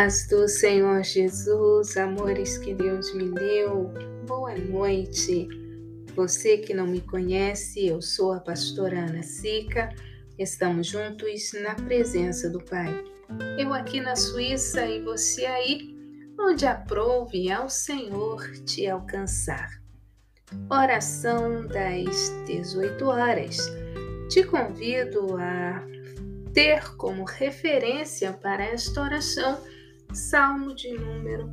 Paz do Senhor Jesus, amores que Deus me deu, boa noite. Você que não me conhece, eu sou a pastora Ana Sica, estamos juntos na presença do Pai. Eu aqui na Suíça e você aí, onde aprouve ao Senhor te alcançar. Oração das 18 horas. Te convido a ter como referência para esta oração Salmo de número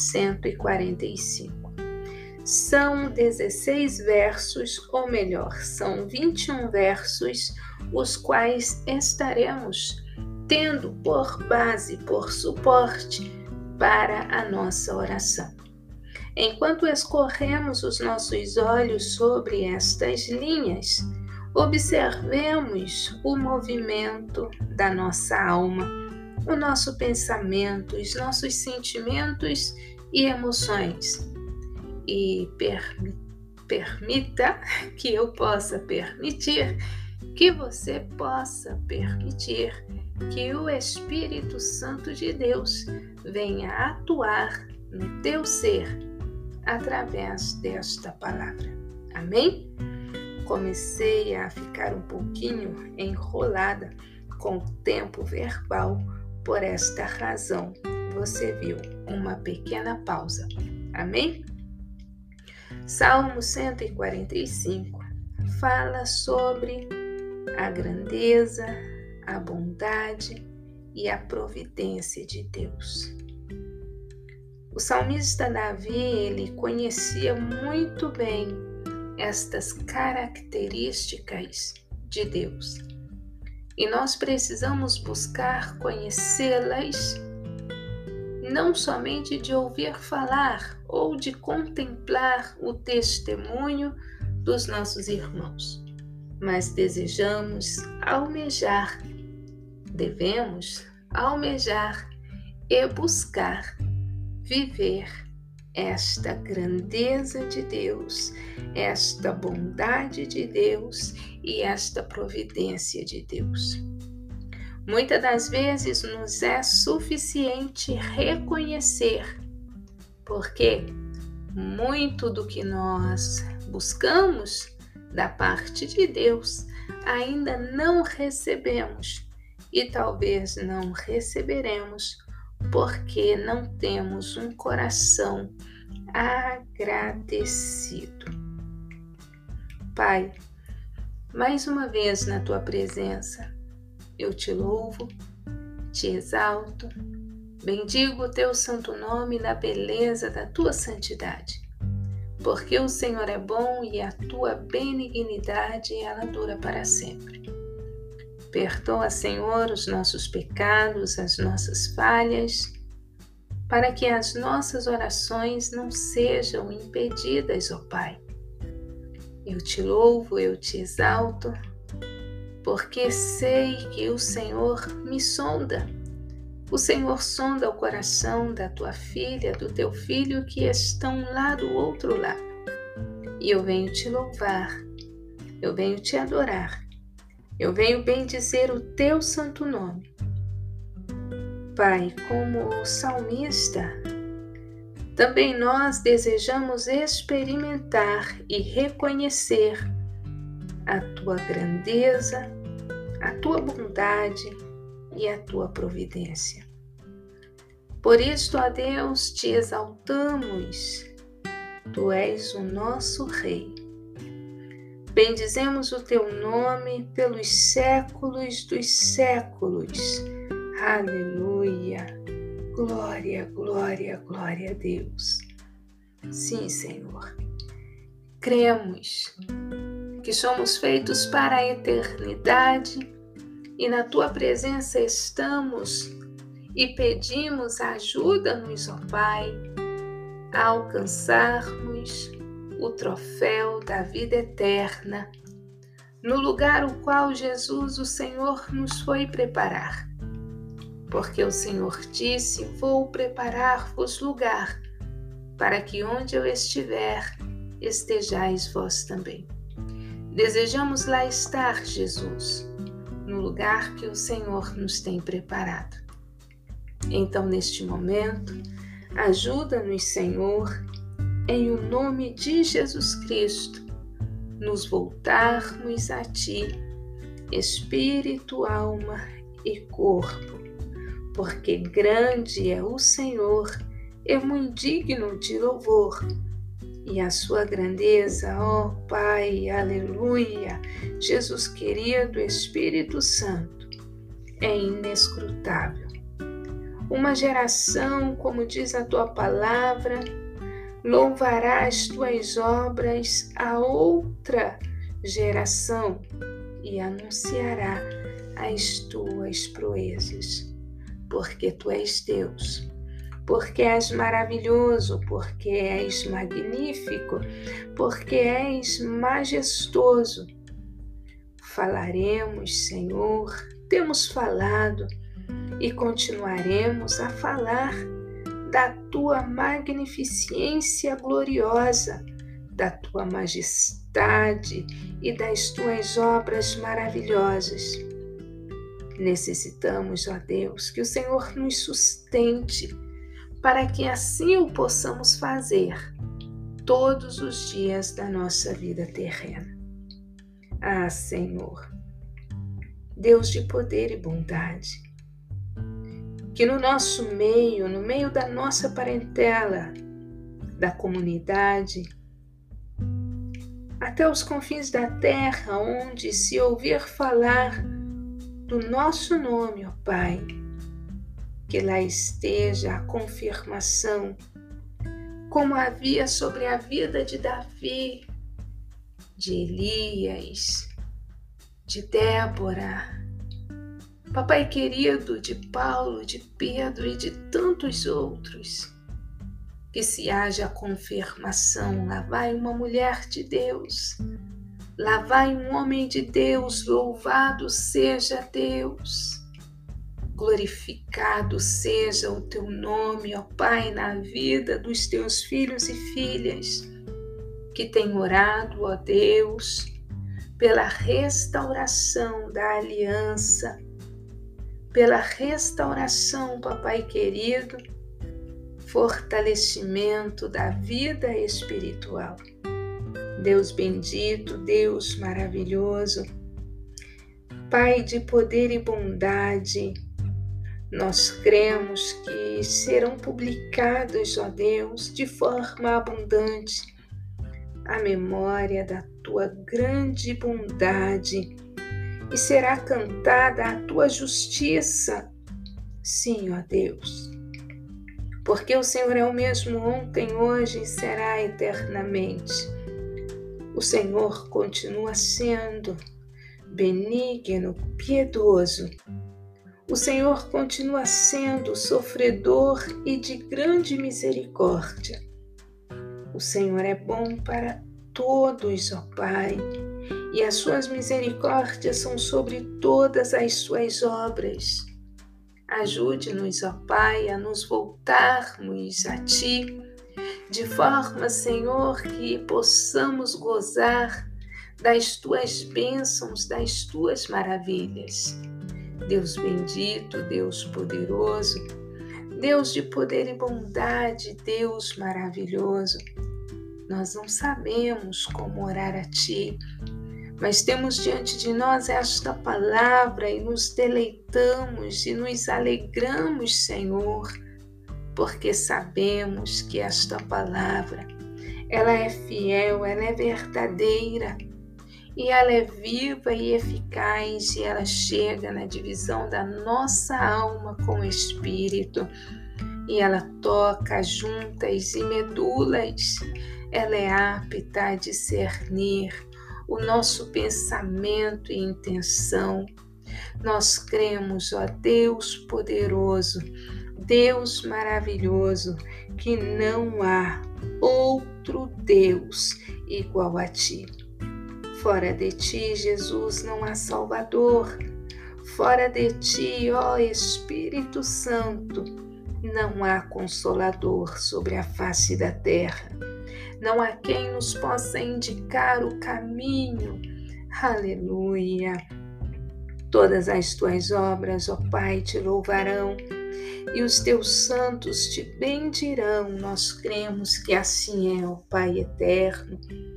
145. São 16 versos, ou melhor, são 21 versos, os quais estaremos tendo por base, por suporte para a nossa oração. Enquanto escorremos os nossos olhos sobre estas linhas, observemos o movimento da nossa alma, o nosso pensamento, os nossos sentimentos e emoções. E permita que eu possa permitir, que você possa permitir que o Espírito Santo de Deus venha atuar no teu ser através desta palavra. Amém? Comecei a ficar um pouquinho enrolada com o tempo verbal, por esta razão você viu uma pequena pausa. Amém? Salmo 145 fala sobre a grandeza, a bondade e a providência de Deus. O salmista Davi, ele conhecia muito bem estas características de Deus. E nós precisamos buscar conhecê-las, não somente de ouvir falar ou de contemplar o testemunho dos nossos irmãos, mas devemos almejar e buscar viver esta grandeza de Deus, esta bondade de Deus e esta providência de Deus. Muitas das vezes nos é suficiente reconhecer, porque muito do que nós buscamos da parte de Deus ainda não recebemos e talvez não receberemos porque não temos um coração agradecido. Pai, mais uma vez na tua presença, eu te louvo, te exalto, bendigo o teu santo nome na beleza da tua santidade, porque o Senhor é bom e a tua benignidade ela dura para sempre. Perdoa, Senhor, os nossos pecados, as nossas falhas, para que as nossas orações não sejam impedidas, ó Pai. Eu te louvo, eu te exalto, porque sei que o Senhor me sonda. O Senhor sonda o coração da tua filha, do teu filho que estão lá do outro lado. E eu venho te louvar, eu venho te adorar. Eu venho bendizer o teu santo nome. Pai, como o salmista, também nós desejamos experimentar e reconhecer a tua grandeza, a tua bondade e a tua providência. Por isto, ó Deus, te exaltamos. Tu és o nosso Rei. Bendizemos o teu nome pelos séculos dos séculos. Aleluia! Glória, glória, glória a Deus. Sim, Senhor. Cremos que somos feitos para a eternidade e na tua presença estamos e pedimos ajuda-nos, ó Pai, a alcançarmos o troféu da vida eterna, no lugar o qual Jesus, o Senhor, nos foi preparar. Porque o Senhor disse, vou preparar-vos lugar, para que onde eu estiver, estejais vós também. Desejamos lá estar, Jesus, no lugar que o Senhor nos tem preparado. Então, neste momento, ajuda-nos, Senhor, em o nome de Jesus Cristo, nos voltarmos a Ti, espírito, alma e corpo, porque grande é o Senhor e muito digno de louvor. E a sua grandeza, ó Pai, aleluia, Jesus querido, Espírito Santo, é inescrutável. Uma geração, como diz a tua palavra, louvará as tuas obras a outra geração e anunciará as tuas proezas, porque tu és Deus, porque és maravilhoso, porque és magnífico, porque és majestoso. Falaremos, Senhor, temos falado e continuaremos a falar da tua magnificência gloriosa, da tua majestade e das tuas obras maravilhosas. Necessitamos, ó Deus, que o Senhor nos sustente, para que assim o possamos fazer todos os dias da nossa vida terrena. Ah, Senhor, Deus de poder e bondade, que no nosso meio, no meio da nossa parentela, da comunidade, até os confins da terra, onde se ouvir falar do nosso nome, ó Pai, que lá esteja a confirmação, como havia sobre a vida de Davi, de Elias, de Débora, Papai querido, de Paulo, de Pedro e de tantos outros. Que se haja confirmação, lá vai uma mulher de Deus, lá vai um homem de Deus, louvado seja Deus. Glorificado seja o teu nome, ó Pai, na vida dos teus filhos e filhas, que têm orado, ó Deus, pela restauração da aliança, pela restauração, Papai querido, fortalecimento da vida espiritual. Deus bendito, Deus maravilhoso, Pai de poder e bondade, nós cremos que serão publicados, ó Deus, de forma abundante, a memória da tua grande bondade e será cantada a tua justiça. Sim, ó Deus, porque o Senhor é o mesmo ontem, hoje e será eternamente. O Senhor continua sendo benigno, piedoso. O Senhor continua sendo sofredor e de grande misericórdia. O Senhor é bom para todos, ó Pai, e as suas misericórdias são sobre todas as suas obras. Ajude-nos, ó Pai, a nos voltarmos a Ti, de forma, Senhor, que possamos gozar das Tuas bênçãos, das Tuas maravilhas. Deus bendito, Deus poderoso, Deus de poder e bondade, Deus maravilhoso, nós não sabemos como orar a Ti, mas temos diante de nós esta palavra e nos deleitamos e nos alegramos, Senhor, porque sabemos que esta palavra, ela é fiel, ela é verdadeira, e ela é viva e eficaz, e ela chega na divisão da nossa alma com o Espírito, e ela toca juntas e medulas, ela é apta a discernir o nosso pensamento e intenção. Nós cremos, ó Deus poderoso, Deus maravilhoso, que não há outro Deus igual a Ti. Fora de Ti, Jesus, não há Salvador. Fora de Ti, ó Espírito Santo, não há Consolador sobre a face da terra. Não há quem nos possa indicar o caminho. Aleluia! Todas as Tuas obras, ó Pai, Te louvarão. e os teus santos te bendirão. Nós cremos que assim é, ó Pai eterno.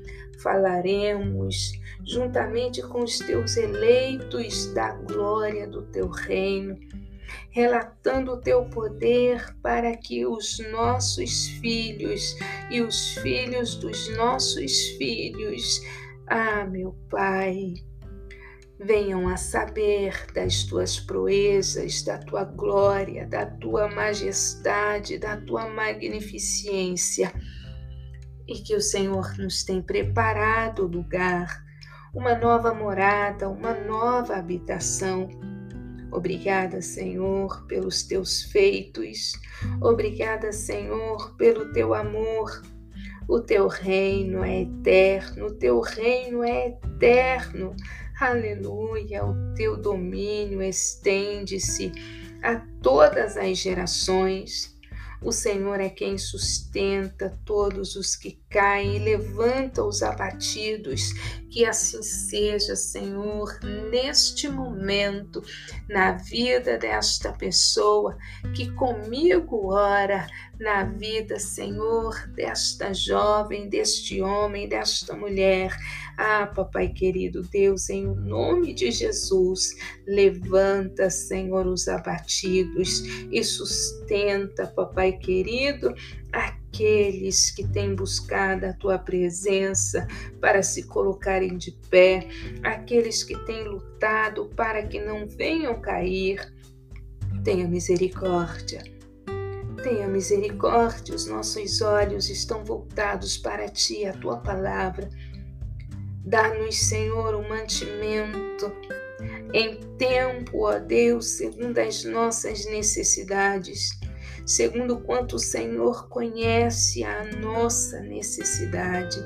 Falaremos juntamente com os teus eleitos da glória do teu reino, relatando o teu poder para que os nossos filhos e os filhos dos nossos filhos, meu Pai, venham a saber das tuas proezas, da tua glória, da tua majestade, da tua magnificência, e que o Senhor nos tem preparado lugar, uma nova morada, uma nova habitação. Obrigada, Senhor, pelos teus feitos. Obrigada, Senhor, pelo teu amor. O teu reino é eterno, o teu reino é eterno. Aleluia, o teu domínio estende-se a todas as gerações. O Senhor é quem sustenta todos os que caem e levanta os abatidos. Que assim seja, Senhor, neste momento, na vida desta pessoa que comigo ora, na vida, Senhor, desta jovem, deste homem, desta mulher. Papai querido Deus, em nome de Jesus, levanta, Senhor, os abatidos e sustenta, Papai querido, aqueles que têm buscado a tua presença para se colocarem de pé, aqueles que têm lutado para que não venham cair. Tenha misericórdia. Tenha misericórdia, os nossos olhos estão voltados para ti, a tua palavra. Dá-nos, Senhor, um mantimento em tempo, ó Deus, segundo as nossas necessidades, segundo quanto o Senhor conhece a nossa necessidade.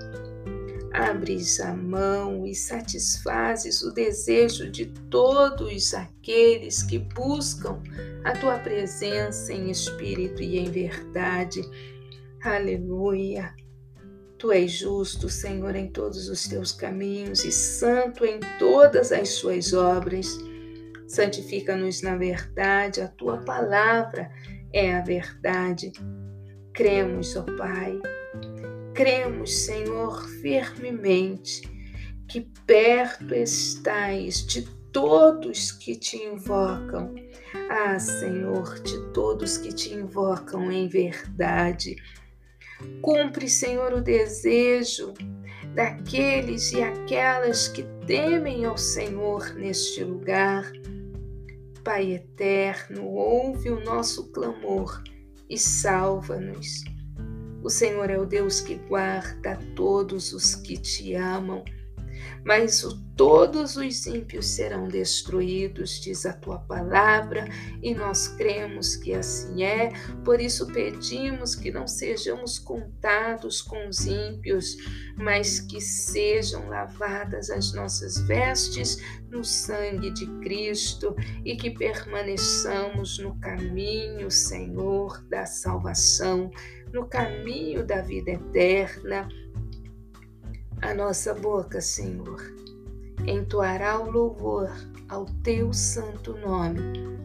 Abres a mão e satisfazes o desejo de todos aqueles que buscam a tua presença em espírito e em verdade. Aleluia! Tu és justo, Senhor, em todos os teus caminhos e santo em todas as suas obras. Santifica-nos na verdade, a tua palavra é a verdade. Cremos, ó Pai, cremos, Senhor, firmemente que perto estás de todos que te invocam. Senhor, de todos que te invocam em verdade. Cumpre, Senhor, o desejo daqueles e aquelas que temem ao Senhor neste lugar. Pai eterno, ouve o nosso clamor e salva-nos. O Senhor é o Deus que guarda todos os que te amam, mas todos os ímpios serão destruídos, diz a tua palavra, e nós cremos que assim é. Por isso pedimos que não sejamos contados com os ímpios, mas que sejam lavadas as nossas vestes no sangue de Cristo e que permaneçamos no caminho, Senhor, da salvação, no caminho da vida eterna. A nossa boca, Senhor, entoará o louvor ao teu santo nome.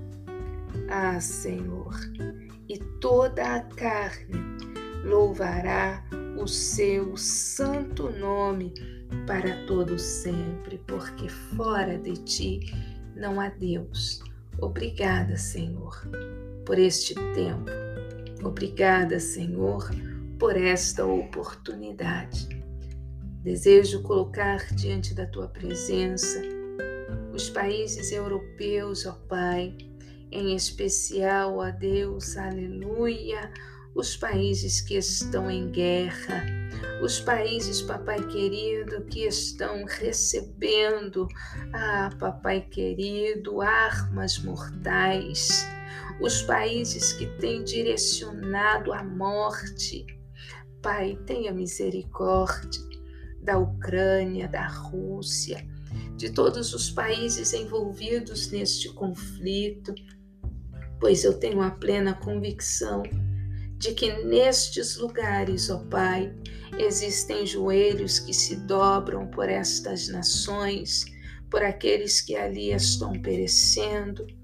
Senhor, e toda a carne louvará o seu santo nome para todo sempre, porque fora de ti não há Deus. Obrigada, Senhor, por este tempo. Obrigada, Senhor, por esta oportunidade. Desejo colocar diante da tua presença os países europeus, ó Pai, em especial, ó Deus, aleluia, os países que estão em guerra, os países, Papai querido, que estão recebendo, Papai querido, armas mortais, os países que têm direcionado a morte. Pai, tenha misericórdia da Ucrânia, da Rússia, de todos os países envolvidos neste conflito, pois eu tenho a plena convicção de que nestes lugares, ó Pai, existem joelhos que se dobram por estas nações, por aqueles que ali estão perecendo.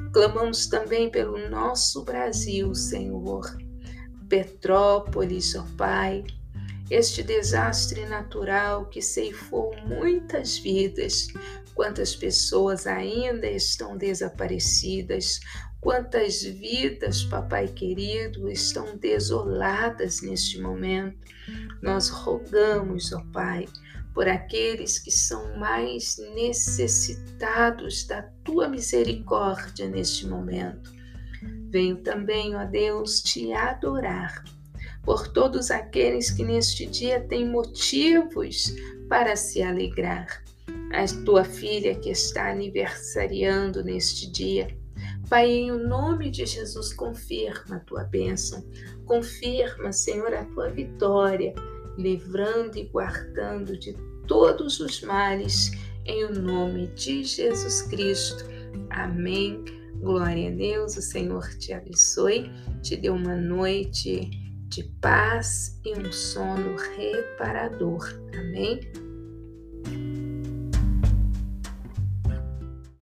Clamamos também pelo nosso Brasil, Senhor. Petrópolis, ó Pai, este desastre natural que ceifou muitas vidas. Quantas pessoas ainda estão desaparecidas, quantas vidas, Papai querido, estão desoladas neste momento. Nós rogamos, ó Pai, por aqueles que são mais necessitados da Tua misericórdia neste momento. Venho também, ó Deus, Te adorar por todos aqueles que neste dia têm motivos para se alegrar. A Tua filha que está aniversariando neste dia. Pai, em o nome de Jesus, confirma a Tua bênção. Confirma, Senhor, a Tua vitória, livrando e guardando de todos os males, em o nome de Jesus Cristo. Amém. Glória a Deus, o Senhor te abençoe, te dê uma noite de paz e um sono reparador. Amém?